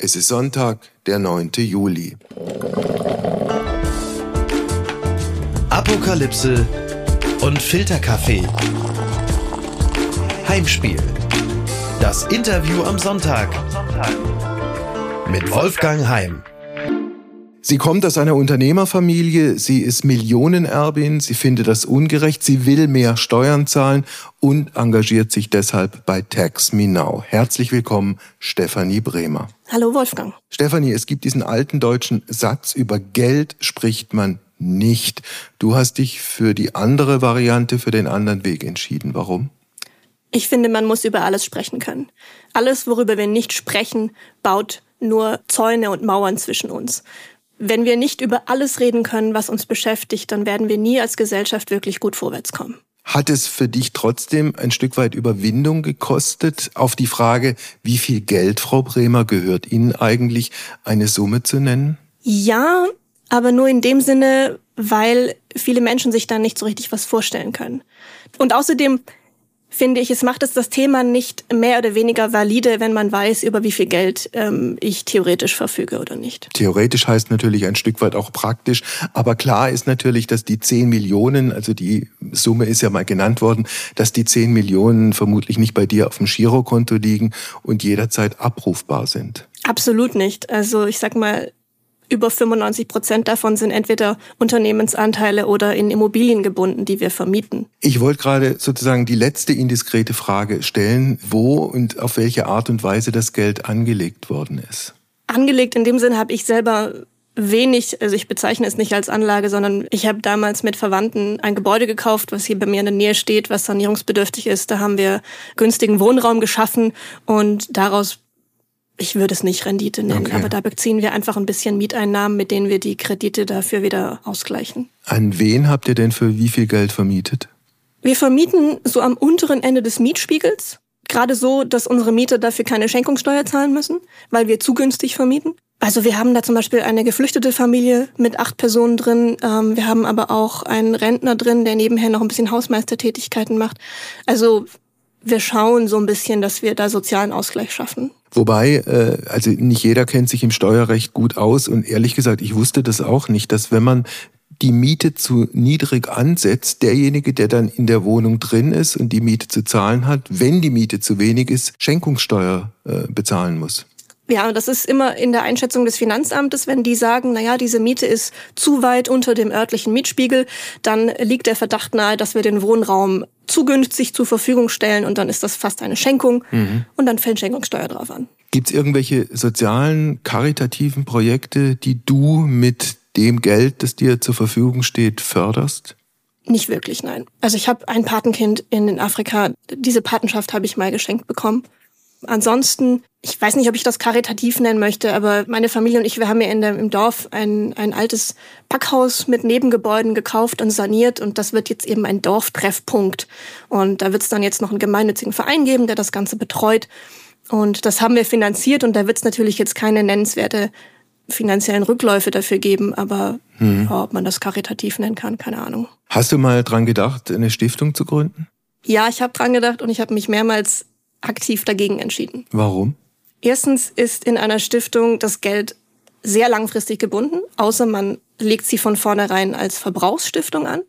Es ist Sonntag, der 9. Juli. Apokalypse und Filterkaffee. Heimspiel. Das Interview am Sonntag. Mit Wolfgang Heim. Sie kommt aus einer Unternehmerfamilie, sie ist Millionenerbin, sie findet das ungerecht, sie will mehr Steuern zahlen und engagiert sich deshalb bei Tax Me Now. Herzlich willkommen, Stefanie Bremer. Hallo Wolfgang. Stefanie, es gibt diesen alten deutschen Satz, über Geld spricht man nicht. Du hast dich für die andere Variante, für den anderen Weg entschieden. Warum? Ich finde, man muss über alles sprechen können. Alles, worüber wir nicht sprechen, baut nur Zäune und Mauern zwischen uns. Wenn wir nicht über alles reden können, was uns beschäftigt, dann werden wir nie als Gesellschaft wirklich gut vorwärts kommen. Hat es für dich trotzdem ein Stück weit Überwindung gekostet, auf die Frage, wie viel Geld, Frau Bremer, gehört Ihnen eigentlich, eine Summe zu nennen? Ja, aber nur in dem Sinne, weil viele Menschen sich da nicht so richtig was vorstellen können. Und außerdem finde ich, es macht das Thema nicht mehr oder weniger valide, wenn man weiß, über wie viel Geld ich theoretisch verfüge oder nicht. Theoretisch heißt natürlich ein Stück weit auch praktisch. Aber klar ist natürlich, dass die 10 Millionen, also die Summe ist ja mal genannt worden, dass die 10 Millionen vermutlich nicht bei dir auf dem Girokonto liegen und jederzeit abrufbar sind. Absolut nicht. Also ich sag mal, über 95% davon sind entweder Unternehmensanteile oder in Immobilien gebunden, die wir vermieten. Ich wollte gerade sozusagen die letzte indiskrete Frage stellen, wo und auf welche Art und Weise das Geld angelegt worden ist. Angelegt in dem Sinn habe ich selber wenig, also ich bezeichne es nicht als Anlage, sondern ich habe damals mit Verwandten ein Gebäude gekauft, was hier bei mir in der Nähe steht, was sanierungsbedürftig ist. Da haben wir günstigen Wohnraum geschaffen und daraus, ich würde es nicht Rendite nennen, okay, aber da beziehen wir einfach ein bisschen Mieteinnahmen, mit denen wir die Kredite dafür wieder ausgleichen. An wen habt ihr denn für wie viel Geld vermietet? Wir vermieten so am unteren Ende des Mietspiegels. Gerade so, dass unsere Mieter dafür keine Schenkungssteuer zahlen müssen, weil wir zu günstig vermieten. Also wir haben da zum Beispiel eine geflüchtete Familie mit 8 Personen drin. Wir haben aber auch einen Rentner drin, der nebenher noch ein bisschen Hausmeistertätigkeiten macht. Also wir schauen so ein bisschen, dass wir da sozialen Ausgleich schaffen. Wobei, also nicht jeder kennt sich im Steuerrecht gut aus und ehrlich gesagt, ich wusste das auch nicht, dass wenn man die Miete zu niedrig ansetzt, derjenige, der dann in der Wohnung drin ist und die Miete zu zahlen hat, wenn die Miete zu wenig ist, Schenkungssteuer bezahlen muss. Ja, das ist immer in der Einschätzung des Finanzamtes, wenn die sagen, naja, diese Miete ist zu weit unter dem örtlichen Mietspiegel, dann liegt der Verdacht nahe, dass wir den Wohnraum zu günstig zur Verfügung stellen und dann ist das fast eine Schenkung und dann fällt Schenkungssteuer drauf an. Gibt es irgendwelche sozialen, karitativen Projekte, die du mit dem Geld, das dir zur Verfügung steht, förderst? Nicht wirklich, nein. Also ich habe ein Patenkind in Afrika, diese Patenschaft habe ich mal geschenkt bekommen. Ansonsten, ich weiß nicht, ob ich das karitativ nennen möchte, aber meine Familie und ich, wir haben ja im Dorf ein altes Packhaus mit Nebengebäuden gekauft und saniert und das wird jetzt eben ein Dorftreffpunkt. Und da wird es dann jetzt noch einen gemeinnützigen Verein geben, der das Ganze betreut. Und das haben wir finanziert und da wird es natürlich jetzt keine nennenswerte finanziellen Rückläufe dafür geben, aber ob man das karitativ nennen kann, keine Ahnung. Hast du mal dran gedacht, eine Stiftung zu gründen? Ja, ich habe dran gedacht und ich habe mich mehrmals aktiv dagegen entschieden. Warum? Erstens ist in einer Stiftung das Geld sehr langfristig gebunden, außer man legt sie von vornherein als Verbrauchsstiftung an.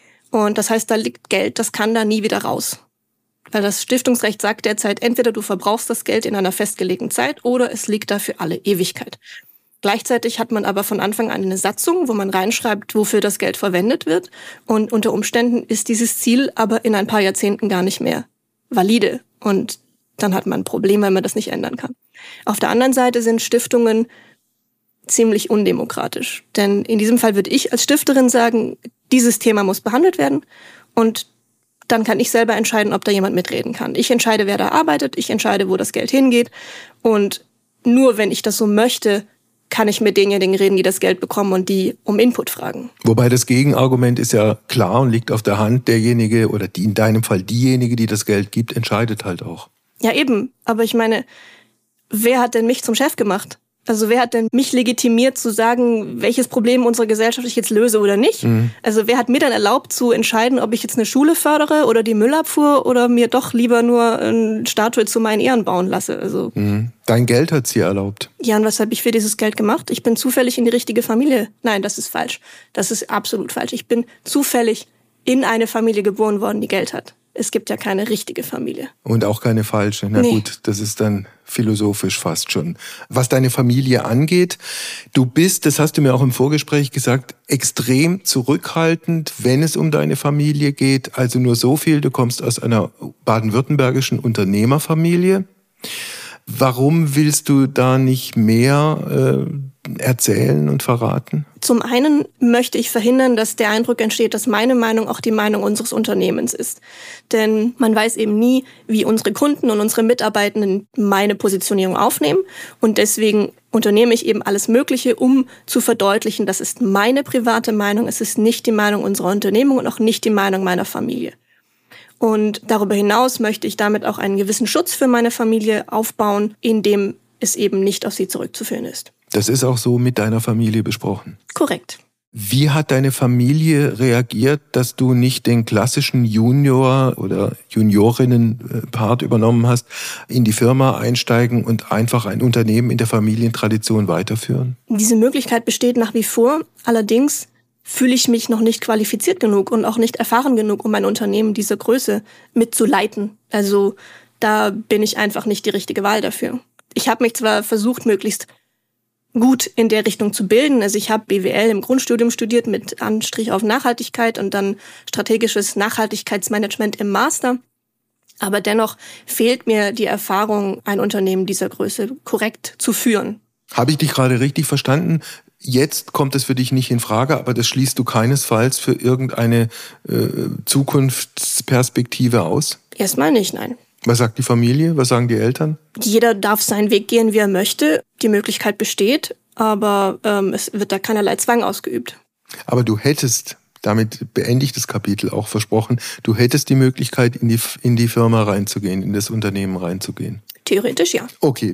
Und das heißt, da liegt Geld, das kann da nie wieder raus. Weil das Stiftungsrecht sagt derzeit, entweder du verbrauchst das Geld in einer festgelegten Zeit oder es liegt da für alle Ewigkeit. Gleichzeitig hat man aber von Anfang an eine Satzung, wo man reinschreibt, wofür das Geld verwendet wird. Und unter Umständen ist dieses Ziel aber in ein paar Jahrzehnten gar nicht mehr valide. Und dann hat man ein Problem, weil man das nicht ändern kann. Auf der anderen Seite sind Stiftungen ziemlich undemokratisch. Denn in diesem Fall würde ich als Stifterin sagen, dieses Thema muss behandelt werden. Und dann kann ich selber entscheiden, ob da jemand mitreden kann. Ich entscheide, wer da arbeitet. Ich entscheide, wo das Geld hingeht. Und nur wenn ich das so möchte, kann ich mit denjenigen reden, die das Geld bekommen und die um Input fragen. Wobei das Gegenargument ist ja klar und liegt auf der Hand, derjenige oder die in deinem Fall diejenige, die das Geld gibt, entscheidet halt auch. Ja eben, aber ich meine, wer hat denn mich zum Chef gemacht? Also wer hat denn mich legitimiert zu sagen, welches Problem unserer Gesellschaft ich jetzt löse oder nicht? Also wer hat mir dann erlaubt zu entscheiden, ob ich jetzt eine Schule fördere oder die Müllabfuhr oder mir doch lieber nur eine Statue zu meinen Ehren bauen lasse? Also Dein Geld hat's dir erlaubt. Ja, und was habe ich für dieses Geld gemacht? Ich bin zufällig in die richtige Familie. Nein, das ist falsch. Das ist absolut falsch. Ich bin zufällig in eine Familie geboren worden, die Geld hat. Es gibt ja keine richtige Familie. Und auch keine falsche. Na gut, das ist dann philosophisch fast schon. Was deine Familie angeht, du bist, das hast du mir auch im Vorgespräch gesagt, extrem zurückhaltend, wenn es um deine Familie geht. Also nur so viel, du kommst aus einer baden-württembergischen Unternehmerfamilie. Warum willst du da nicht mehr erzählen und verraten? Zum einen möchte ich verhindern, dass der Eindruck entsteht, dass meine Meinung auch die Meinung unseres Unternehmens ist. Denn man weiß eben nie, wie unsere Kunden und unsere Mitarbeitenden meine Positionierung aufnehmen. Und deswegen unternehme ich eben alles Mögliche, um zu verdeutlichen, das ist meine private Meinung, es ist nicht die Meinung unserer Unternehmung und auch nicht die Meinung meiner Familie. Und darüber hinaus möchte ich damit auch einen gewissen Schutz für meine Familie aufbauen, indem es eben nicht auf sie zurückzuführen ist. Das ist auch so mit deiner Familie besprochen. Korrekt. Wie hat deine Familie reagiert, dass du nicht den klassischen Junior- oder Juniorinnen-Part übernommen hast, in die Firma einsteigen und einfach ein Unternehmen in der Familientradition weiterführen? Diese Möglichkeit besteht nach wie vor. Allerdings fühle ich mich noch nicht qualifiziert genug und auch nicht erfahren genug, um ein Unternehmen dieser Größe mitzuleiten. Also da bin ich einfach nicht die richtige Wahl dafür. Ich habe mich zwar versucht, möglichst gut in der Richtung zu bilden. Also ich habe BWL im Grundstudium studiert mit Anstrich auf Nachhaltigkeit und dann strategisches Nachhaltigkeitsmanagement im Master. Aber dennoch fehlt mir die Erfahrung, ein Unternehmen dieser Größe korrekt zu führen. Habe ich dich gerade richtig verstanden? Jetzt kommt es für dich nicht in Frage, aber das schließt du keinesfalls für irgendeine Zukunftsperspektive aus? Erstmal nicht, nein. Was sagt die Familie? Was sagen die Eltern? Jeder darf seinen Weg gehen, wie er möchte. Die Möglichkeit besteht, aber es wird da keinerlei Zwang ausgeübt. Aber du hättest, damit beende ich das Kapitel auch versprochen, du hättest die Möglichkeit, in die Firma reinzugehen, in das Unternehmen reinzugehen. Theoretisch ja. Okay.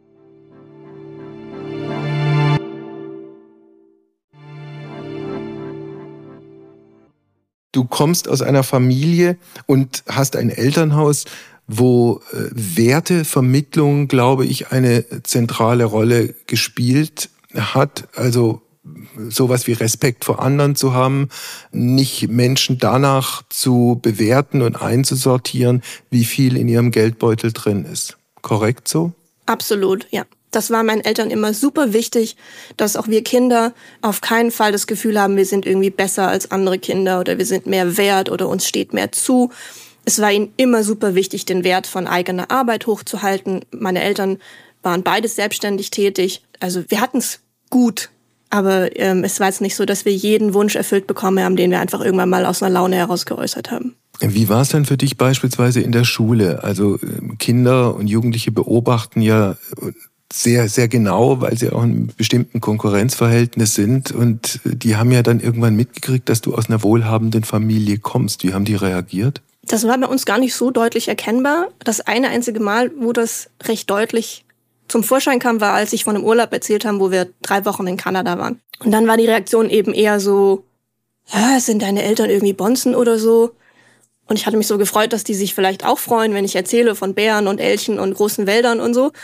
Du kommst aus einer Familie und hast ein Elternhaus, wo Wertevermittlung, glaube ich, eine zentrale Rolle gespielt hat. Also sowas wie Respekt vor anderen zu haben, nicht Menschen danach zu bewerten und einzusortieren, wie viel in ihrem Geldbeutel drin ist. Korrekt so? Absolut, ja. Das war meinen Eltern immer super wichtig, dass auch wir Kinder auf keinen Fall das Gefühl haben, wir sind irgendwie besser als andere Kinder oder wir sind mehr wert oder uns steht mehr zu. Es war ihnen immer super wichtig, den Wert von eigener Arbeit hochzuhalten. Meine Eltern waren beides selbstständig tätig. Also wir hatten es gut, aber es war jetzt nicht so, dass wir jeden Wunsch erfüllt bekommen haben, den wir einfach irgendwann mal aus einer Laune heraus geäußert haben. Wie war es denn für dich beispielsweise in der Schule? Also Kinder und Jugendliche beobachten ja sehr, sehr genau, weil sie auch in einem bestimmten Konkurrenzverhältnis sind. Und die haben ja dann irgendwann mitgekriegt, dass du aus einer wohlhabenden Familie kommst. Wie haben die reagiert? Das war bei uns gar nicht so deutlich erkennbar. Das eine einzige Mal, wo das recht deutlich zum Vorschein kam, war, als ich von einem Urlaub erzählt habe, wo wir 3 Wochen in Kanada waren. Und dann war die Reaktion eben eher so, ja, sind deine Eltern irgendwie Bonzen oder so? Und ich hatte mich so gefreut, dass die sich vielleicht auch freuen, wenn ich erzähle von Bären und Elchen und großen Wäldern und so.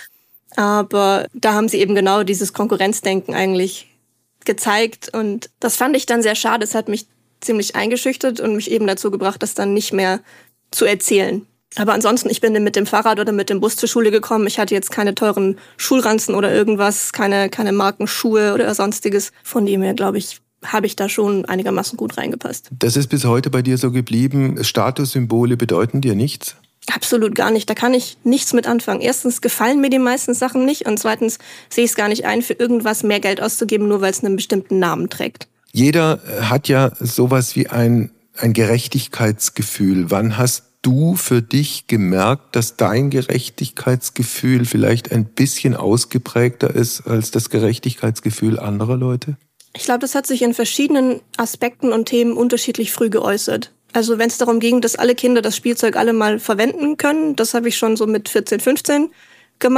Aber da haben sie eben genau dieses Konkurrenzdenken eigentlich gezeigt. Und das fand ich dann sehr schade. Es hat mich ziemlich eingeschüchtert und mich eben dazu gebracht, das dann nicht mehr zu erzählen. Aber ansonsten, ich bin mit dem Fahrrad oder mit dem Bus zur Schule gekommen. Ich hatte jetzt keine teuren Schulranzen oder irgendwas, keine Markenschuhe oder sonstiges. Von dem her, glaube ich, habe ich da schon einigermaßen gut reingepasst. Das ist bis heute bei dir so geblieben. Statussymbole bedeuten dir nichts? Absolut gar nicht. Da kann ich nichts mit anfangen. Erstens gefallen mir die meisten Sachen nicht und zweitens sehe ich es gar nicht ein, für irgendwas mehr Geld auszugeben, nur weil es einen bestimmten Namen trägt. Jeder hat ja sowas wie ein Gerechtigkeitsgefühl. Wann hast du für dich gemerkt, dass dein Gerechtigkeitsgefühl vielleicht ein bisschen ausgeprägter ist als das Gerechtigkeitsgefühl anderer Leute? Ich glaube, das hat sich in verschiedenen Aspekten und Themen unterschiedlich früh geäußert. Also wenn es darum ging, dass alle Kinder das Spielzeug alle mal verwenden können, das habe ich schon so mit 14, 15 gemacht.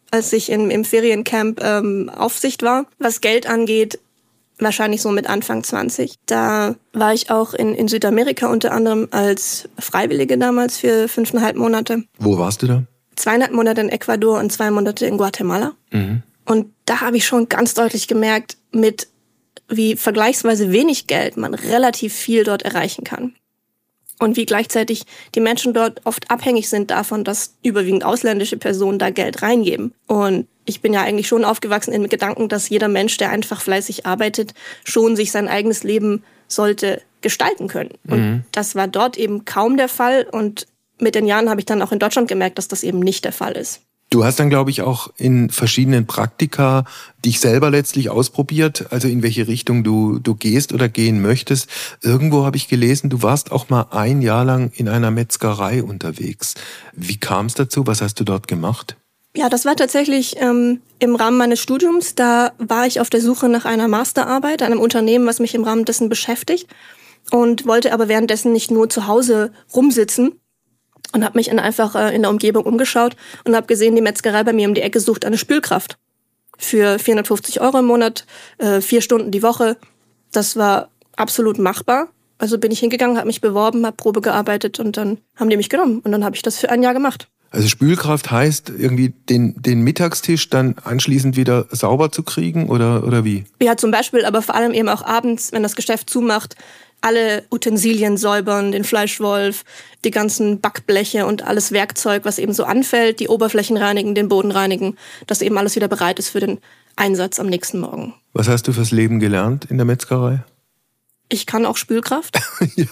als ich im Feriencamp Aufsicht war. Was Geld angeht, wahrscheinlich so mit Anfang 20. Da war ich auch in Südamerika unter anderem als Freiwillige damals für 5,5 Monate. Wo warst du da? 2,5 Monate in Ecuador und 2 Monate in Guatemala. Mhm. Und da habe ich schon ganz deutlich gemerkt, mit wie vergleichsweise wenig Geld man relativ viel dort erreichen kann. Und wie gleichzeitig die Menschen dort oft abhängig sind davon, dass überwiegend ausländische Personen da Geld reingeben. Und ich bin ja eigentlich schon aufgewachsen im Gedanken, dass jeder Mensch, der einfach fleißig arbeitet, schon sich sein eigenes Leben sollte gestalten können. Und das war dort eben kaum der Fall. Und mit den Jahren habe ich dann auch in Deutschland gemerkt, dass das eben nicht der Fall ist. Du hast dann, glaube ich, auch in verschiedenen Praktika dich selber letztlich ausprobiert, also in welche Richtung du gehst oder gehen möchtest. Irgendwo habe ich gelesen, du warst auch mal 1 Jahr lang in einer Metzgerei unterwegs. Wie kam es dazu? Was hast du dort gemacht? Ja, das war tatsächlich im Rahmen meines Studiums. Da war ich auf der Suche nach einer Masterarbeit, einem Unternehmen, was mich im Rahmen dessen beschäftigt, und wollte aber währenddessen nicht nur zu Hause rumsitzen. Und habe mich einfach in der Umgebung umgeschaut und habe gesehen, die Metzgerei bei mir um die Ecke sucht eine Spülkraft. Für 450 € im Monat, 4 Stunden die Woche. Das war absolut machbar. Also bin ich hingegangen, habe mich beworben, habe Probe gearbeitet und dann haben die mich genommen. Und dann habe ich das für 1 Jahr gemacht. Also Spülkraft heißt irgendwie den Mittagstisch dann anschließend wieder sauber zu kriegen oder wie? Ja, zum Beispiel, aber vor allem eben auch abends, wenn das Geschäft zumacht, alle Utensilien säubern, den Fleischwolf, die ganzen Backbleche und alles Werkzeug, was eben so anfällt, die Oberflächen reinigen, den Boden reinigen, dass eben alles wieder bereit ist für den Einsatz am nächsten Morgen. Was hast du fürs Leben gelernt in der Metzgerei? Ich kann auch Spülkraft. Ja.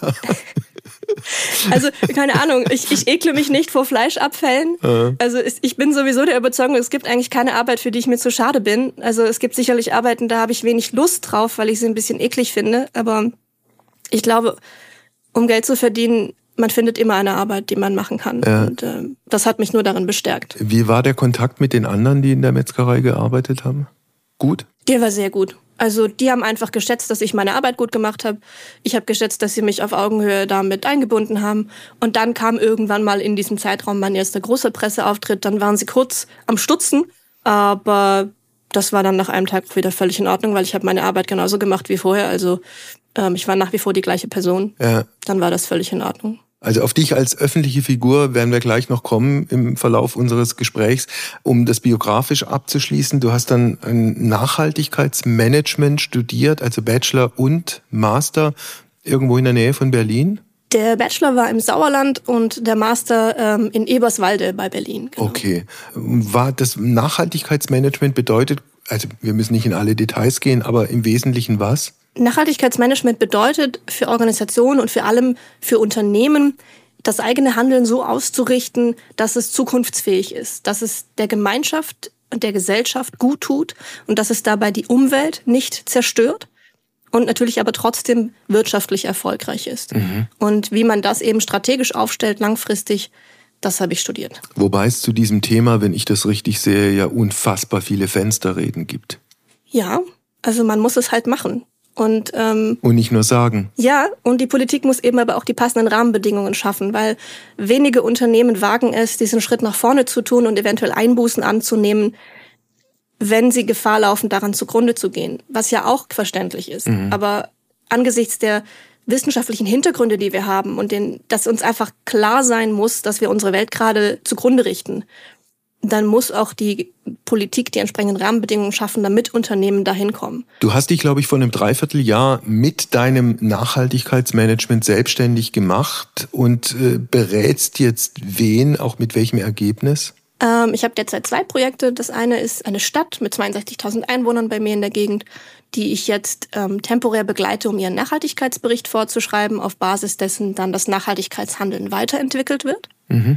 Also, keine Ahnung, ich ekle mich nicht vor Fleischabfällen. Also ich bin sowieso der Überzeugung, es gibt eigentlich keine Arbeit, für die ich mir zu schade bin. Also es gibt sicherlich Arbeiten, da habe ich wenig Lust drauf, weil ich sie ein bisschen eklig finde, aber ich glaube, um Geld zu verdienen, man findet immer eine Arbeit, die man machen kann. Ja. Und das hat mich nur darin bestärkt. Wie war der Kontakt mit den anderen, die in der Metzgerei gearbeitet haben? Gut? Der war sehr gut. Also die haben einfach geschätzt, dass ich meine Arbeit gut gemacht habe. Ich habe geschätzt, dass sie mich auf Augenhöhe damit eingebunden haben. Und dann kam irgendwann mal in diesem Zeitraum mein erster großer Presseauftritt. Dann waren sie kurz am Stutzen, aber das war dann nach einem Tag wieder völlig in Ordnung, weil ich habe meine Arbeit genauso gemacht wie vorher. Also ich war nach wie vor die gleiche Person. Ja. Dann war das völlig in Ordnung. Also auf dich als öffentliche Figur werden wir gleich noch kommen im Verlauf unseres Gesprächs. Um das biografisch abzuschließen, du hast dann ein Nachhaltigkeitsmanagement studiert, also Bachelor und Master, irgendwo in der Nähe von Berlin? Der Bachelor war im Sauerland und der Master in Eberswalde bei Berlin. Genau. Okay. War das Nachhaltigkeitsmanagement bedeutet, also wir müssen nicht in alle Details gehen, aber im Wesentlichen was? Nachhaltigkeitsmanagement bedeutet für Organisationen und vor allem für Unternehmen, das eigene Handeln so auszurichten, dass es zukunftsfähig ist, dass es der Gemeinschaft und der Gesellschaft gut tut und dass es dabei die Umwelt nicht zerstört und natürlich aber trotzdem wirtschaftlich erfolgreich ist. Und wie man das eben strategisch aufstellt, langfristig, das habe ich studiert. Wobei es zu diesem Thema, wenn ich das richtig sehe, ja unfassbar viele Fensterreden gibt. Ja, also man muss es halt machen. Und nicht nur sagen. Ja, und die Politik muss eben aber auch die passenden Rahmenbedingungen schaffen, weil wenige Unternehmen wagen es, diesen Schritt nach vorne zu tun und eventuell Einbußen anzunehmen, wenn sie Gefahr laufen, daran zugrunde zu gehen. Was ja auch verständlich ist. Aber angesichts der wissenschaftlichen Hintergründe, die wir haben und dass uns einfach klar sein muss, dass wir unsere Welt gerade zugrunde richten, dann muss auch die Politik die entsprechenden Rahmenbedingungen schaffen, damit Unternehmen dahin kommen. Du hast dich, glaube ich, vor einem Dreivierteljahr mit deinem Nachhaltigkeitsmanagement selbstständig gemacht und berätst jetzt wen, auch mit welchem Ergebnis? Ich habe derzeit 2 Projekte. Das eine ist eine Stadt mit 62.000 Einwohnern bei mir in der Gegend, die ich jetzt temporär begleite, um ihren Nachhaltigkeitsbericht vorzuschreiben, auf Basis dessen dann das Nachhaltigkeitshandeln weiterentwickelt wird.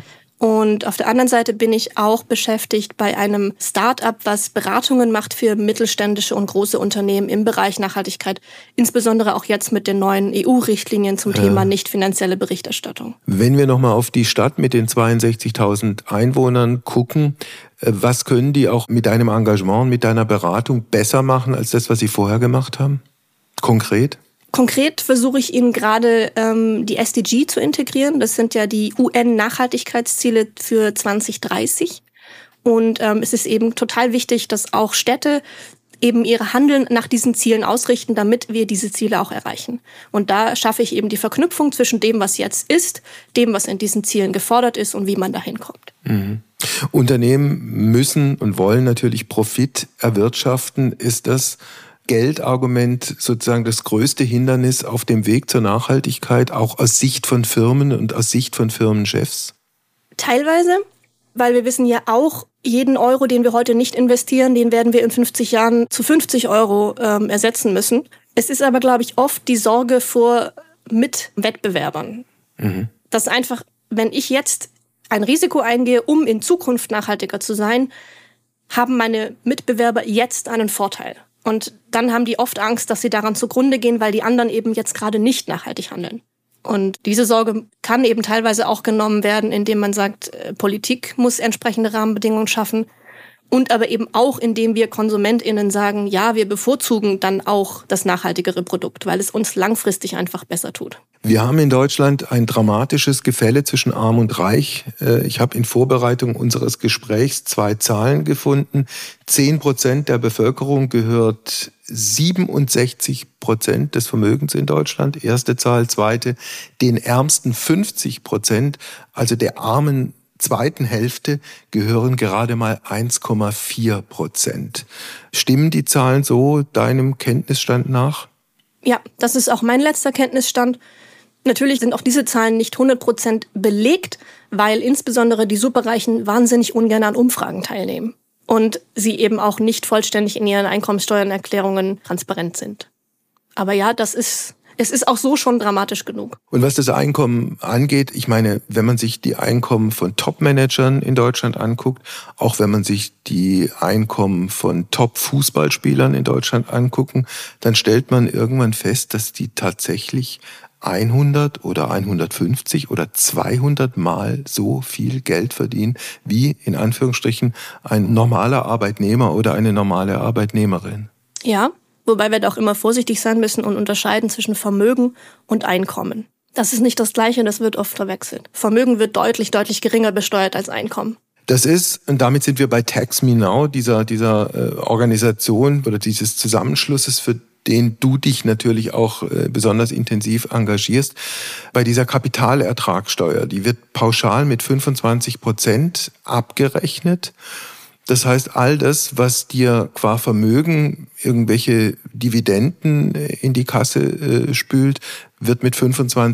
Und auf der anderen Seite bin ich auch beschäftigt bei einem Start-up, was Beratungen macht für mittelständische und große Unternehmen im Bereich Nachhaltigkeit, insbesondere auch jetzt mit den neuen EU-Richtlinien zum Thema nicht finanzielle Berichterstattung. Wenn wir nochmal auf die Stadt mit den 62.000 Einwohnern gucken, was können die auch mit deinem Engagement, mit deiner Beratung besser machen als das, was sie vorher gemacht haben? Konkret? Konkret versuche ich Ihnen gerade die SDG zu integrieren. Das sind ja die UN-Nachhaltigkeitsziele für 2030. Und es ist eben total wichtig, dass auch Städte eben ihre Handeln nach diesen Zielen ausrichten, damit wir diese Ziele auch erreichen. Und da schaffe ich eben die Verknüpfung zwischen dem, was jetzt ist, dem, was in diesen Zielen gefordert ist und wie man dahin kommt. Mhm. Unternehmen müssen und wollen natürlich Profit erwirtschaften. Ist das Geldargument sozusagen das größte Hindernis auf dem Weg zur Nachhaltigkeit, auch aus Sicht von Firmen und aus Sicht von Firmenchefs? Teilweise, weil wir wissen ja auch, jeden Euro, den wir heute nicht investieren, den werden wir in 50 Jahren zu 50 Euro ersetzen müssen. Es ist aber, glaube ich, oft die Sorge vor Mitwettbewerbern. Mhm. Dass einfach, wenn ich jetzt ein Risiko eingehe, um in Zukunft nachhaltiger zu sein, haben meine Mitbewerber jetzt einen Vorteil. Und dann haben die oft Angst, dass sie daran zugrunde gehen, weil die anderen eben jetzt gerade nicht nachhaltig handeln. Und diese Sorge kann eben teilweise auch genommen werden, indem man sagt, Politik muss entsprechende Rahmenbedingungen schaffen. Und aber eben auch, indem wir KonsumentInnen sagen, ja, wir bevorzugen dann auch das nachhaltigere Produkt, weil es uns langfristig einfach besser tut. Wir haben in Deutschland ein dramatisches Gefälle zwischen Arm und Reich. Ich habe in Vorbereitung unseres Gesprächs 2 Zahlen gefunden. 10% der Bevölkerung gehört 67% des Vermögens in Deutschland. Erste Zahl. Zweite, den ärmsten 50%, also der armen zweiten Hälfte, gehören gerade mal 1,4%. Stimmen die Zahlen so deinem Kenntnisstand nach? Ja, das ist auch mein letzter Kenntnisstand. Natürlich sind auch diese Zahlen nicht 100% belegt, weil insbesondere die Superreichen wahnsinnig ungern an Umfragen teilnehmen und sie eben auch nicht vollständig in ihren Einkommenssteuererklärungen transparent sind. Aber ja, es ist auch so schon dramatisch genug. Und was das Einkommen angeht, ich meine, wenn man sich die Einkommen von Top-Managern in Deutschland anguckt, auch wenn man sich die Einkommen von Top-Fußballspielern in Deutschland angucken, dann stellt man irgendwann fest, dass die tatsächlich 100 oder 150 oder 200 Mal so viel Geld verdienen, wie in Anführungsstrichen ein normaler Arbeitnehmer oder eine normale Arbeitnehmerin. Ja, wobei wir da auch immer vorsichtig sein müssen und unterscheiden zwischen Vermögen und Einkommen. Das ist nicht das Gleiche, das wird oft verwechselt. Vermögen wird deutlich geringer besteuert als Einkommen. Das ist, und damit sind wir bei Tax Me Now, dieser Organisation oder dieses Zusammenschlusses, für den du dich natürlich auch besonders intensiv engagierst. Bei dieser Kapitalertragssteuer, die wird pauschal mit 25% abgerechnet. Das heißt, all das, was dir qua Vermögen irgendwelche Dividenden in die Kasse spült, wird mit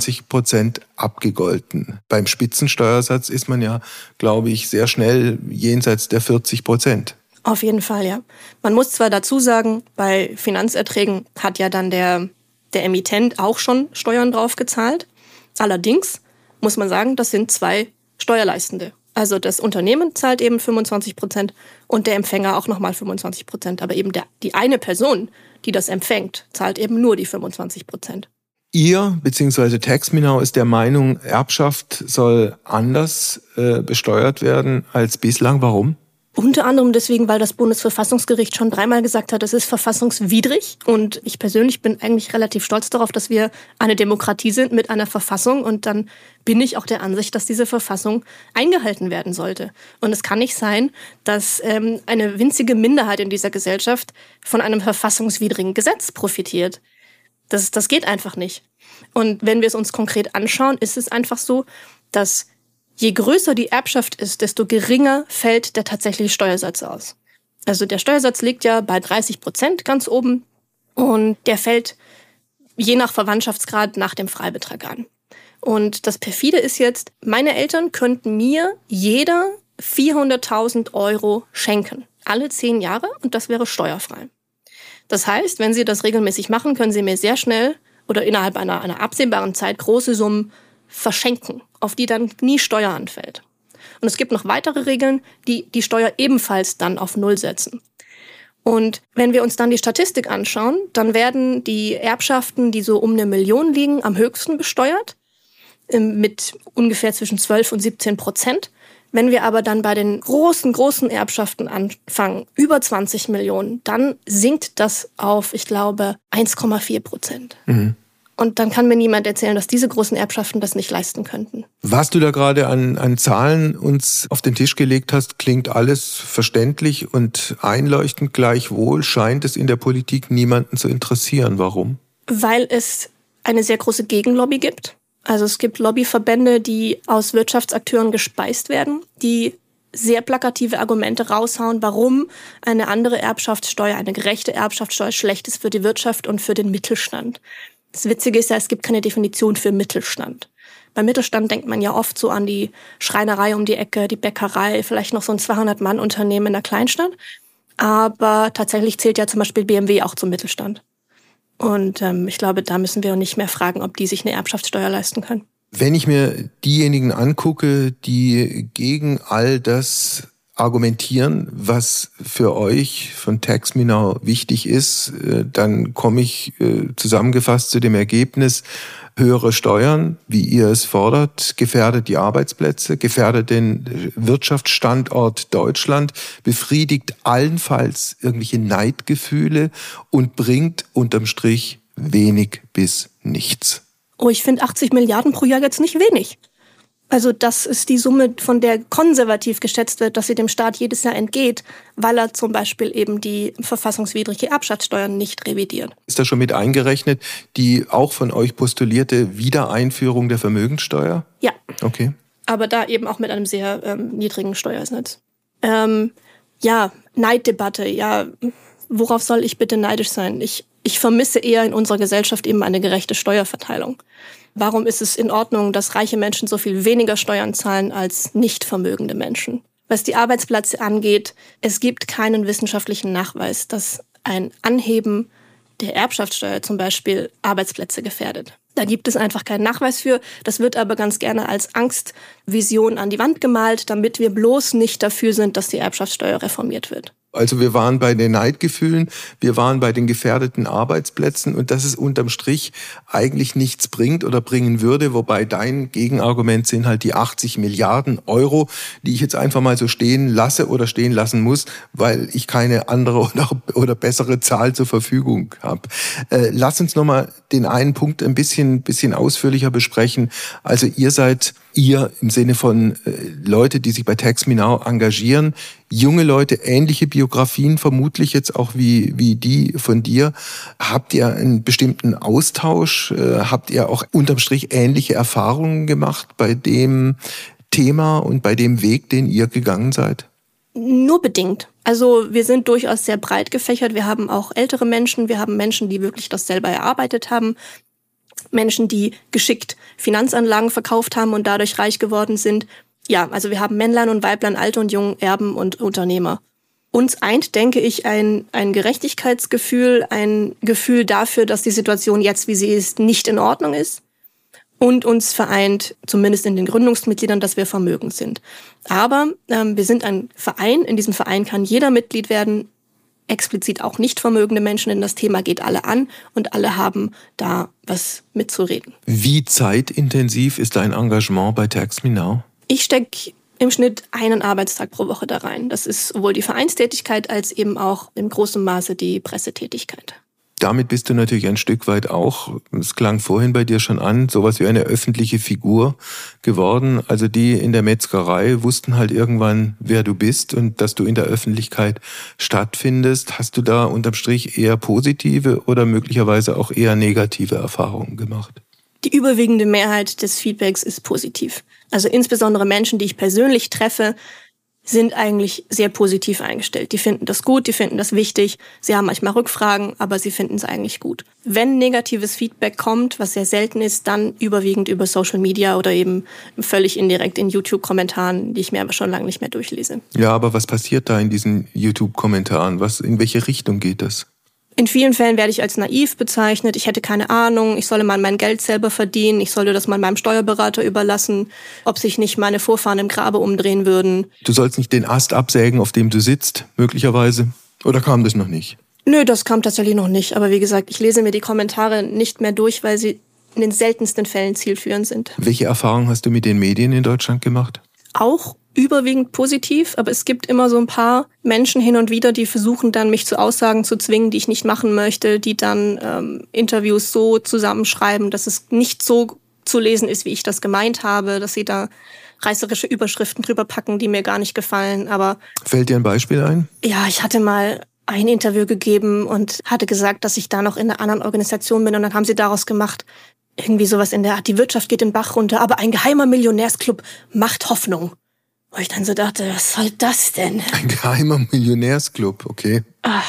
25% abgegolten. Beim Spitzensteuersatz ist man ja, glaube ich, sehr schnell jenseits der 40%. Auf jeden Fall, ja. Man muss zwar dazu sagen, bei Finanzerträgen hat ja dann der Emittent auch schon Steuern drauf gezahlt. Allerdings muss man sagen, das sind 2 Steuerleistende. Also das Unternehmen zahlt eben 25% und der Empfänger auch nochmal 25%. Aber eben die eine Person, die das empfängt, zahlt eben nur die 25%. Ihr bzw. Tax Me Now ist der Meinung, Erbschaft soll anders besteuert werden als bislang. Warum? Unter anderem deswegen, weil das Bundesverfassungsgericht schon 3-mal gesagt hat, es ist verfassungswidrig. Und ich persönlich bin eigentlich relativ stolz darauf, dass wir eine Demokratie sind mit einer Verfassung. Und dann bin ich auch der Ansicht, dass diese Verfassung eingehalten werden sollte. Und es kann nicht sein, dass eine winzige Minderheit in dieser Gesellschaft von einem verfassungswidrigen Gesetz profitiert. Das geht einfach nicht. Und wenn wir es uns konkret anschauen, ist es einfach so, dass je größer die Erbschaft ist, desto geringer fällt der tatsächliche Steuersatz aus. Also der Steuersatz liegt ja bei 30% ganz oben und der fällt je nach Verwandtschaftsgrad nach dem Freibetrag an. Und das perfide ist jetzt, meine Eltern könnten mir jeder 400.000 Euro schenken. Alle 10 Jahre und das wäre steuerfrei. Das heißt, wenn sie das regelmäßig machen, können sie mir sehr schnell oder innerhalb einer absehbaren Zeit große Summen verschenken, auf die dann nie Steuer anfällt. Und es gibt noch weitere Regeln, die die Steuer ebenfalls dann auf Null setzen. Und wenn wir uns dann die Statistik anschauen, dann werden die Erbschaften, die so um 1 Million liegen, am höchsten besteuert, mit ungefähr zwischen 12 und 17%. Wenn wir aber dann bei den großen Erbschaften anfangen, über 20 Millionen, dann sinkt das auf, ich glaube, 1,4%. Mhm. Und dann kann mir niemand erzählen, dass diese großen Erbschaften das nicht leisten könnten. Was du da gerade an Zahlen uns auf den Tisch gelegt hast, klingt alles verständlich und einleuchtend. Gleichwohl scheint es in der Politik niemanden zu interessieren. Warum? Weil es eine sehr große Gegenlobby gibt. Also es gibt Lobbyverbände, die aus Wirtschaftsakteuren gespeist werden, die sehr plakative Argumente raushauen, warum eine andere Erbschaftssteuer, eine gerechte Erbschaftssteuer schlecht ist für die Wirtschaft und für den Mittelstand. Das Witzige ist ja, es gibt keine Definition für Mittelstand. Beim Mittelstand denkt man ja oft so an die Schreinerei um die Ecke, die Bäckerei, vielleicht noch so ein 200-Mann-Unternehmen in der Kleinstadt. Aber tatsächlich zählt ja zum Beispiel BMW auch zum Mittelstand. Und ich glaube, da müssen wir nicht mehr fragen, ob die sich eine Erbschaftssteuer leisten können. Wenn ich mir diejenigen angucke, die gegen all das argumentieren, was für euch von Tax Me Now wichtig ist, dann komme ich zusammengefasst zu dem Ergebnis: höhere Steuern, wie ihr es fordert, gefährdet die Arbeitsplätze, gefährdet den Wirtschaftsstandort Deutschland, befriedigt allenfalls irgendwelche Neidgefühle und bringt unterm Strich wenig bis nichts. Oh, ich finde 80 Milliarden pro Jahr jetzt nicht wenig. Also das ist die Summe, von der konservativ geschätzt wird, dass sie dem Staat jedes Jahr entgeht, weil er zum Beispiel eben die verfassungswidrige Erbschaftssteuer nicht revidiert. Ist da schon mit eingerechnet die auch von euch postulierte Wiedereinführung der Vermögenssteuer? Ja. Okay. Aber da eben auch mit einem sehr niedrigen Steuersatz. Ja, Neiddebatte. Ja, worauf soll ich bitte neidisch sein? Ich vermisse eher in unserer Gesellschaft eben eine gerechte Steuerverteilung. Warum ist es in Ordnung, dass reiche Menschen so viel weniger Steuern zahlen als nicht vermögende Menschen? Was die Arbeitsplätze angeht, es gibt keinen wissenschaftlichen Nachweis, dass ein Anheben der Erbschaftssteuer zum Beispiel Arbeitsplätze gefährdet. Da gibt es einfach keinen Nachweis für. Das wird aber ganz gerne als Angstvision an die Wand gemalt, damit wir bloß nicht dafür sind, dass die Erbschaftssteuer reformiert wird. Also wir waren bei den Neidgefühlen, wir waren bei den gefährdeten Arbeitsplätzen und dass es unterm Strich eigentlich nichts bringt oder bringen würde, wobei dein Gegenargument sind halt die 80 Milliarden Euro, die ich jetzt einfach mal so stehen lasse oder stehen lassen muss, weil ich keine andere oder bessere Zahl zur Verfügung habe. Lass uns nochmal den einen Punkt ein bisschen ausführlicher besprechen. Also ihr im Sinne von Leute, die sich bei Tax Me Now engagieren, junge Leute, ähnliche Biografien vermutlich jetzt auch wie die von dir. Habt ihr einen bestimmten Austausch? Habt ihr auch unterm Strich ähnliche Erfahrungen gemacht bei dem Thema und bei dem Weg, den ihr gegangen seid? Nur bedingt. Also wir sind durchaus sehr breit gefächert. Wir haben auch ältere Menschen, wir haben Menschen, die wirklich das selber erarbeitet haben. Menschen, die geschickt Finanzanlagen verkauft haben und dadurch reich geworden sind. Ja, also wir haben Männlein und Weiblein, Alte und Jung, Erben und Unternehmer. Uns eint, denke ich, ein Gerechtigkeitsgefühl, ein Gefühl dafür, dass die Situation jetzt, wie sie ist, nicht in Ordnung ist. Und uns vereint, zumindest in den Gründungsmitgliedern, dass wir vermögend sind. Aber wir sind ein Verein. In diesem Verein kann jeder Mitglied werden, explizit auch nicht vermögende Menschen, denn das Thema geht alle an und alle haben da was mitzureden. Wie zeitintensiv ist dein Engagement bei Tax Me Now? Ich stecke im Schnitt einen Arbeitstag pro Woche da rein. Das ist sowohl die Vereinstätigkeit als eben auch in großem Maße die Pressetätigkeit. Damit bist du natürlich ein Stück weit auch, es klang vorhin bei dir schon an, sowas wie eine öffentliche Figur geworden. Also die in der Metzgerei wussten halt irgendwann, wer du bist und dass du in der Öffentlichkeit stattfindest. Hast du da unterm Strich eher positive oder möglicherweise auch eher negative Erfahrungen gemacht? Die überwiegende Mehrheit des Feedbacks ist positiv. Also insbesondere Menschen, die ich persönlich treffe, sind eigentlich sehr positiv eingestellt. Die finden das gut, die finden das wichtig. Sie haben manchmal Rückfragen, aber sie finden es eigentlich gut. Wenn negatives Feedback kommt, was sehr selten ist, dann überwiegend über Social Media oder eben völlig indirekt in YouTube-Kommentaren, die ich mir aber schon lange nicht mehr durchlese. Ja, aber was passiert da in diesen YouTube-Kommentaren? In welche Richtung geht das? In vielen Fällen werde ich als naiv bezeichnet. Ich hätte keine Ahnung. Ich solle mal mein Geld selber verdienen. Ich sollte das mal meinem Steuerberater überlassen, ob sich nicht meine Vorfahren im Grabe umdrehen würden. Du sollst nicht den Ast absägen, auf dem du sitzt, möglicherweise? Oder kam das noch nicht? Nö, das kam tatsächlich noch nicht. Aber wie gesagt, ich lese mir die Kommentare nicht mehr durch, weil sie in den seltensten Fällen zielführend sind. Welche Erfahrungen hast du mit den Medien in Deutschland gemacht? Auch überwiegend positiv, aber es gibt immer so ein paar Menschen hin und wieder, die versuchen dann, mich zu Aussagen zu zwingen, die ich nicht machen möchte, die dann Interviews so zusammenschreiben, dass es nicht so zu lesen ist, wie ich das gemeint habe, dass sie da reißerische Überschriften drüber packen, die mir gar nicht gefallen. Aber fällt dir ein Beispiel ein? Ja, ich hatte mal ein Interview gegeben und hatte gesagt, dass ich da noch in einer anderen Organisation bin und dann haben sie daraus gemacht, irgendwie sowas in der Art, die Wirtschaft geht den Bach runter, aber ein geheimer Millionärsclub macht Hoffnung. Wo ich dann so dachte, was soll das denn? Ein geheimer Millionärsclub, okay.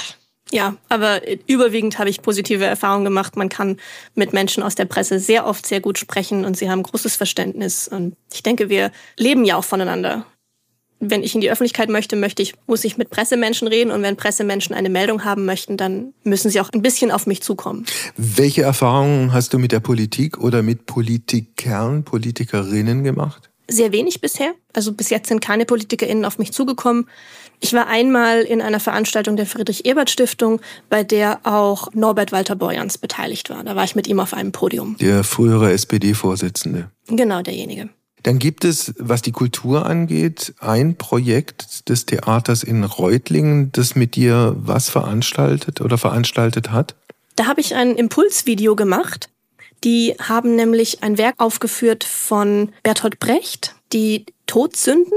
Ja, aber überwiegend habe ich positive Erfahrungen gemacht. Man kann mit Menschen aus der Presse sehr oft sehr gut sprechen und sie haben großes Verständnis. Und ich denke, wir leben ja auch voneinander. Wenn ich in die Öffentlichkeit muss ich mit Pressemenschen reden. Und wenn Pressemenschen eine Meldung haben möchten, dann müssen sie auch ein bisschen auf mich zukommen. Welche Erfahrungen hast du mit der Politik oder mit Politikern, Politikerinnen gemacht? Sehr wenig bisher. Also bis jetzt sind keine PolitikerInnen auf mich zugekommen. Ich war einmal in einer Veranstaltung der Friedrich-Ebert-Stiftung, bei der auch Norbert Walter Borjans beteiligt war. Da war ich mit ihm auf einem Podium. Der frühere SPD-Vorsitzende. Genau, derjenige. Dann gibt es, was die Kultur angeht, ein Projekt des Theaters in Reutlingen, das mit dir was veranstaltet hat? Da habe ich ein Impulsvideo gemacht. Die haben nämlich ein Werk aufgeführt von Bertolt Brecht, die Todsünden.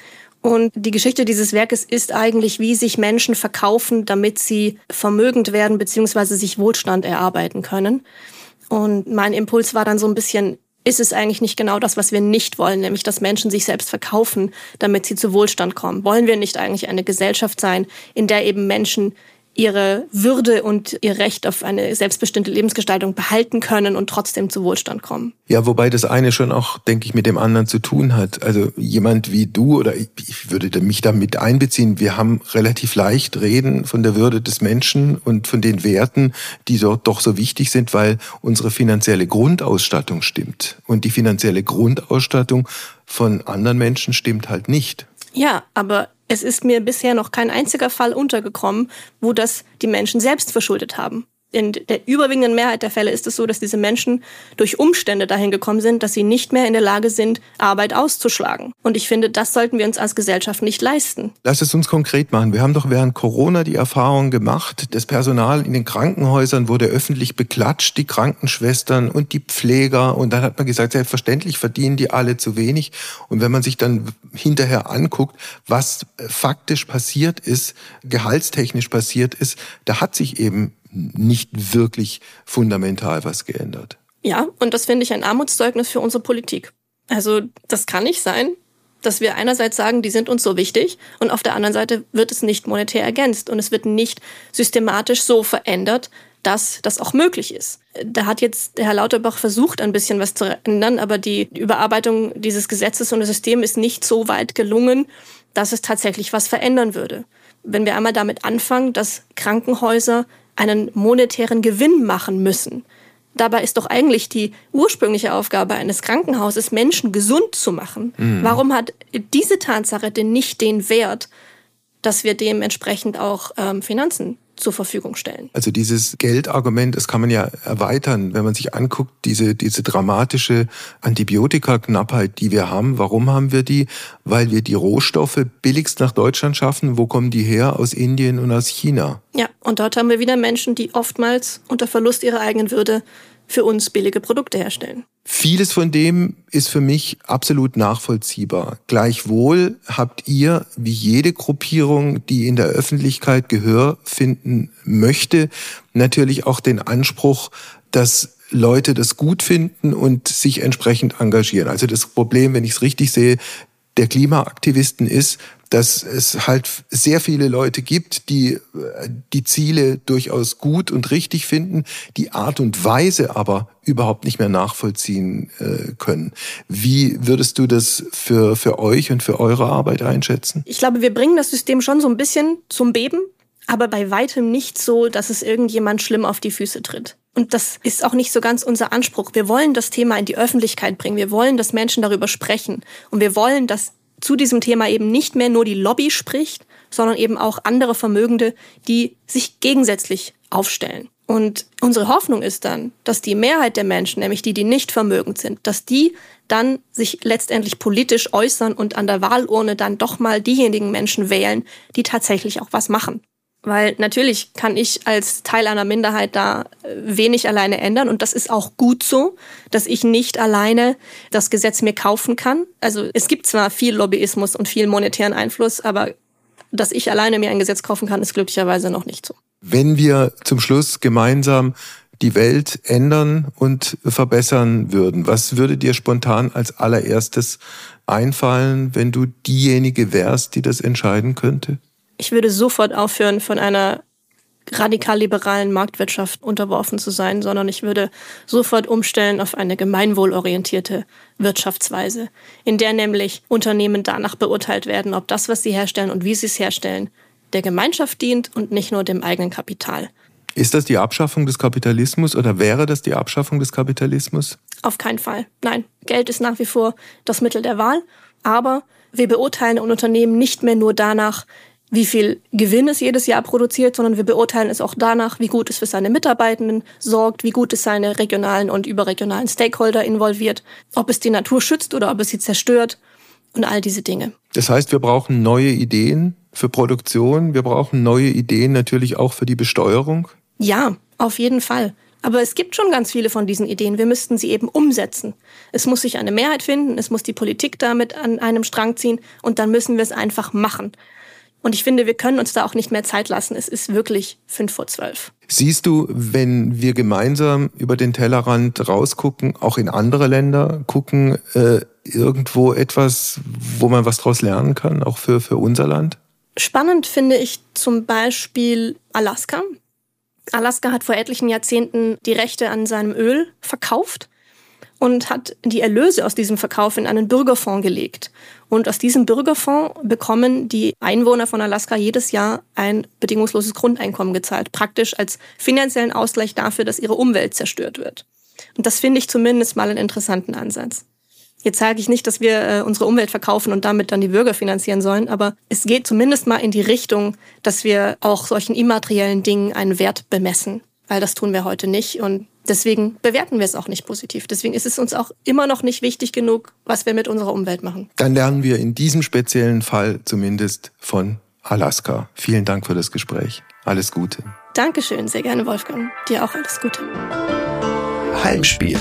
Und die Geschichte dieses Werkes ist eigentlich, wie sich Menschen verkaufen, damit sie vermögend werden bzw. sich Wohlstand erarbeiten können. Und mein Impuls war dann so ein bisschen, ist es eigentlich nicht genau das, was wir nicht wollen, nämlich dass Menschen sich selbst verkaufen, damit sie zu Wohlstand kommen? Wollen wir nicht eigentlich eine Gesellschaft sein, in der eben Menschen ihre Würde und ihr Recht auf eine selbstbestimmte Lebensgestaltung behalten können und trotzdem zu Wohlstand kommen? Ja, wobei das eine schon auch, denke ich, mit dem anderen zu tun hat. Also jemand wie du oder ich würde mich da mit einbeziehen, wir haben relativ leicht reden von der Würde des Menschen und von den Werten, die dort doch so wichtig sind, weil unsere finanzielle Grundausstattung stimmt. Und die finanzielle Grundausstattung von anderen Menschen stimmt halt nicht. Ja, aber es ist mir bisher noch kein einziger Fall untergekommen, wo das die Menschen selbst verschuldet haben. In der überwiegenden Mehrheit der Fälle ist es so, dass diese Menschen durch Umstände dahin gekommen sind, dass sie nicht mehr in der Lage sind, Arbeit auszuschlagen. Und ich finde, das sollten wir uns als Gesellschaft nicht leisten. Lass es uns konkret machen. Wir haben doch während Corona die Erfahrung gemacht, das Personal in den Krankenhäusern wurde öffentlich beklatscht, die Krankenschwestern und die Pfleger. Und dann hat man gesagt, selbstverständlich verdienen die alle zu wenig. Und wenn man sich dann hinterher anguckt, was faktisch passiert ist, gehaltstechnisch passiert ist, da hat sich eben nicht wirklich fundamental was geändert. Ja, und das finde ich ein Armutszeugnis für unsere Politik. Also das kann nicht sein, dass wir einerseits sagen, die sind uns so wichtig und auf der anderen Seite wird es nicht monetär ergänzt und es wird nicht systematisch so verändert, dass das auch möglich ist. Da hat jetzt Herr Lauterbach versucht, ein bisschen was zu ändern, aber die Überarbeitung dieses Gesetzes und des Systems ist nicht so weit gelungen, dass es tatsächlich was verändern würde. Wenn wir einmal damit anfangen, dass Krankenhäuser einen monetären Gewinn machen müssen. Dabei ist doch eigentlich die ursprüngliche Aufgabe eines Krankenhauses, Menschen gesund zu machen. Warum hat diese Tatsache denn nicht den Wert, dass wir dementsprechend auch Finanzen zur Verfügung stellen? Also dieses Geldargument, das kann man ja erweitern, wenn man sich anguckt, diese dramatische Antibiotikaknappheit, die wir haben. Warum haben wir die? Weil wir die Rohstoffe billigst nach Deutschland schaffen. Wo kommen die her? Aus Indien und aus China. Ja, und dort haben wir wieder Menschen, die oftmals unter Verlust ihrer eigenen Würde für uns billige Produkte herstellen. Vieles von dem ist für mich absolut nachvollziehbar. Gleichwohl habt ihr, wie jede Gruppierung, die in der Öffentlichkeit Gehör finden möchte, natürlich auch den Anspruch, dass Leute das gut finden und sich entsprechend engagieren. Also das Problem, wenn ich es richtig sehe, der Klimaaktivisten ist, dass es halt sehr viele Leute gibt, die die Ziele durchaus gut und richtig finden, die Art und Weise aber überhaupt nicht mehr nachvollziehen können. Wie würdest du das für euch und für eure Arbeit einschätzen? Ich glaube, wir bringen das System schon so ein bisschen zum Beben, aber bei weitem nicht so, dass es irgendjemand schlimm auf die Füße tritt. Und das ist auch nicht so ganz unser Anspruch. Wir wollen das Thema in die Öffentlichkeit bringen. Wir wollen, dass Menschen darüber sprechen. Und wir wollen, dass zu diesem Thema eben nicht mehr nur die Lobby spricht, sondern eben auch andere Vermögende, die sich gegensätzlich aufstellen. Und unsere Hoffnung ist dann, dass die Mehrheit der Menschen, nämlich die nicht vermögend sind, dass die dann sich letztendlich politisch äußern und an der Wahlurne dann doch mal diejenigen Menschen wählen, die tatsächlich auch was machen. Weil natürlich kann ich als Teil einer Minderheit da wenig alleine ändern und das ist auch gut so, dass ich nicht alleine das Gesetz mir kaufen kann. Also es gibt zwar viel Lobbyismus und viel monetären Einfluss, aber dass ich alleine mir ein Gesetz kaufen kann, ist glücklicherweise noch nicht so. Wenn wir zum Schluss gemeinsam die Welt ändern und verbessern würden, was würde dir spontan als allererstes einfallen, wenn du diejenige wärst, die das entscheiden könnte? Ich würde sofort aufhören, von einer radikal liberalen Marktwirtschaft unterworfen zu sein, sondern ich würde sofort umstellen auf eine gemeinwohlorientierte Wirtschaftsweise, in der nämlich Unternehmen danach beurteilt werden, ob das, was sie herstellen und wie sie es herstellen, der Gemeinschaft dient und nicht nur dem eigenen Kapital. Ist das die Abschaffung des Kapitalismus oder wäre das die Abschaffung des Kapitalismus? Auf keinen Fall. Nein, Geld ist nach wie vor das Mittel der Wahl, aber wir beurteilen ein Unternehmen nicht mehr nur danach, wie viel Gewinn es jedes Jahr produziert, sondern wir beurteilen es auch danach, wie gut es für seine Mitarbeitenden sorgt, wie gut es seine regionalen und überregionalen Stakeholder involviert, ob es die Natur schützt oder ob es sie zerstört und all diese Dinge. Das heißt, wir brauchen neue Ideen für Produktion, wir brauchen neue Ideen natürlich auch für die Besteuerung? Ja, auf jeden Fall. Aber es gibt schon ganz viele von diesen Ideen. Wir müssten sie eben umsetzen. Es muss sich eine Mehrheit finden, es muss die Politik damit an einem Strang ziehen und dann müssen wir es einfach machen. Und ich finde, wir können uns da auch nicht mehr Zeit lassen. Es ist wirklich 11:55. Siehst du, wenn wir gemeinsam über den Tellerrand rausgucken, auch in andere Länder gucken, irgendwo etwas, wo man was draus lernen kann, auch für unser Land? Spannend finde ich zum Beispiel Alaska. Alaska hat vor etlichen Jahrzehnten die Rechte an seinem Öl verkauft und hat die Erlöse aus diesem Verkauf in einen Bürgerfonds gelegt. Und aus diesem Bürgerfonds bekommen die Einwohner von Alaska jedes Jahr ein bedingungsloses Grundeinkommen gezahlt, praktisch als finanziellen Ausgleich dafür, dass ihre Umwelt zerstört wird. Und das finde ich zumindest mal einen interessanten Ansatz. Jetzt sage ich nicht, dass wir unsere Umwelt verkaufen und damit dann die Bürger finanzieren sollen, aber es geht zumindest mal in die Richtung, dass wir auch solchen immateriellen Dingen einen Wert bemessen, weil das tun wir heute nicht und deswegen bewerten wir es auch nicht positiv. Deswegen ist es uns auch immer noch nicht wichtig genug, was wir mit unserer Umwelt machen. Dann lernen wir in diesem speziellen Fall zumindest von Alaska. Vielen Dank für das Gespräch. Alles Gute. Dankeschön, sehr gerne, Wolfgang. Dir auch alles Gute. Heimspiel.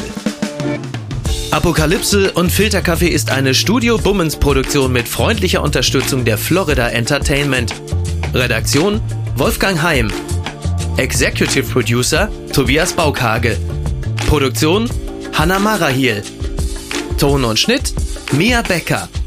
Apokalypse und Filterkaffee ist eine Studio Bummens Produktion mit freundlicher Unterstützung der Florida Entertainment. Redaktion Wolfgang Heim. Executive Producer Tobias Baukhage. Produktion Hanna Marahiel. Ton und Schnitt Mia Becker.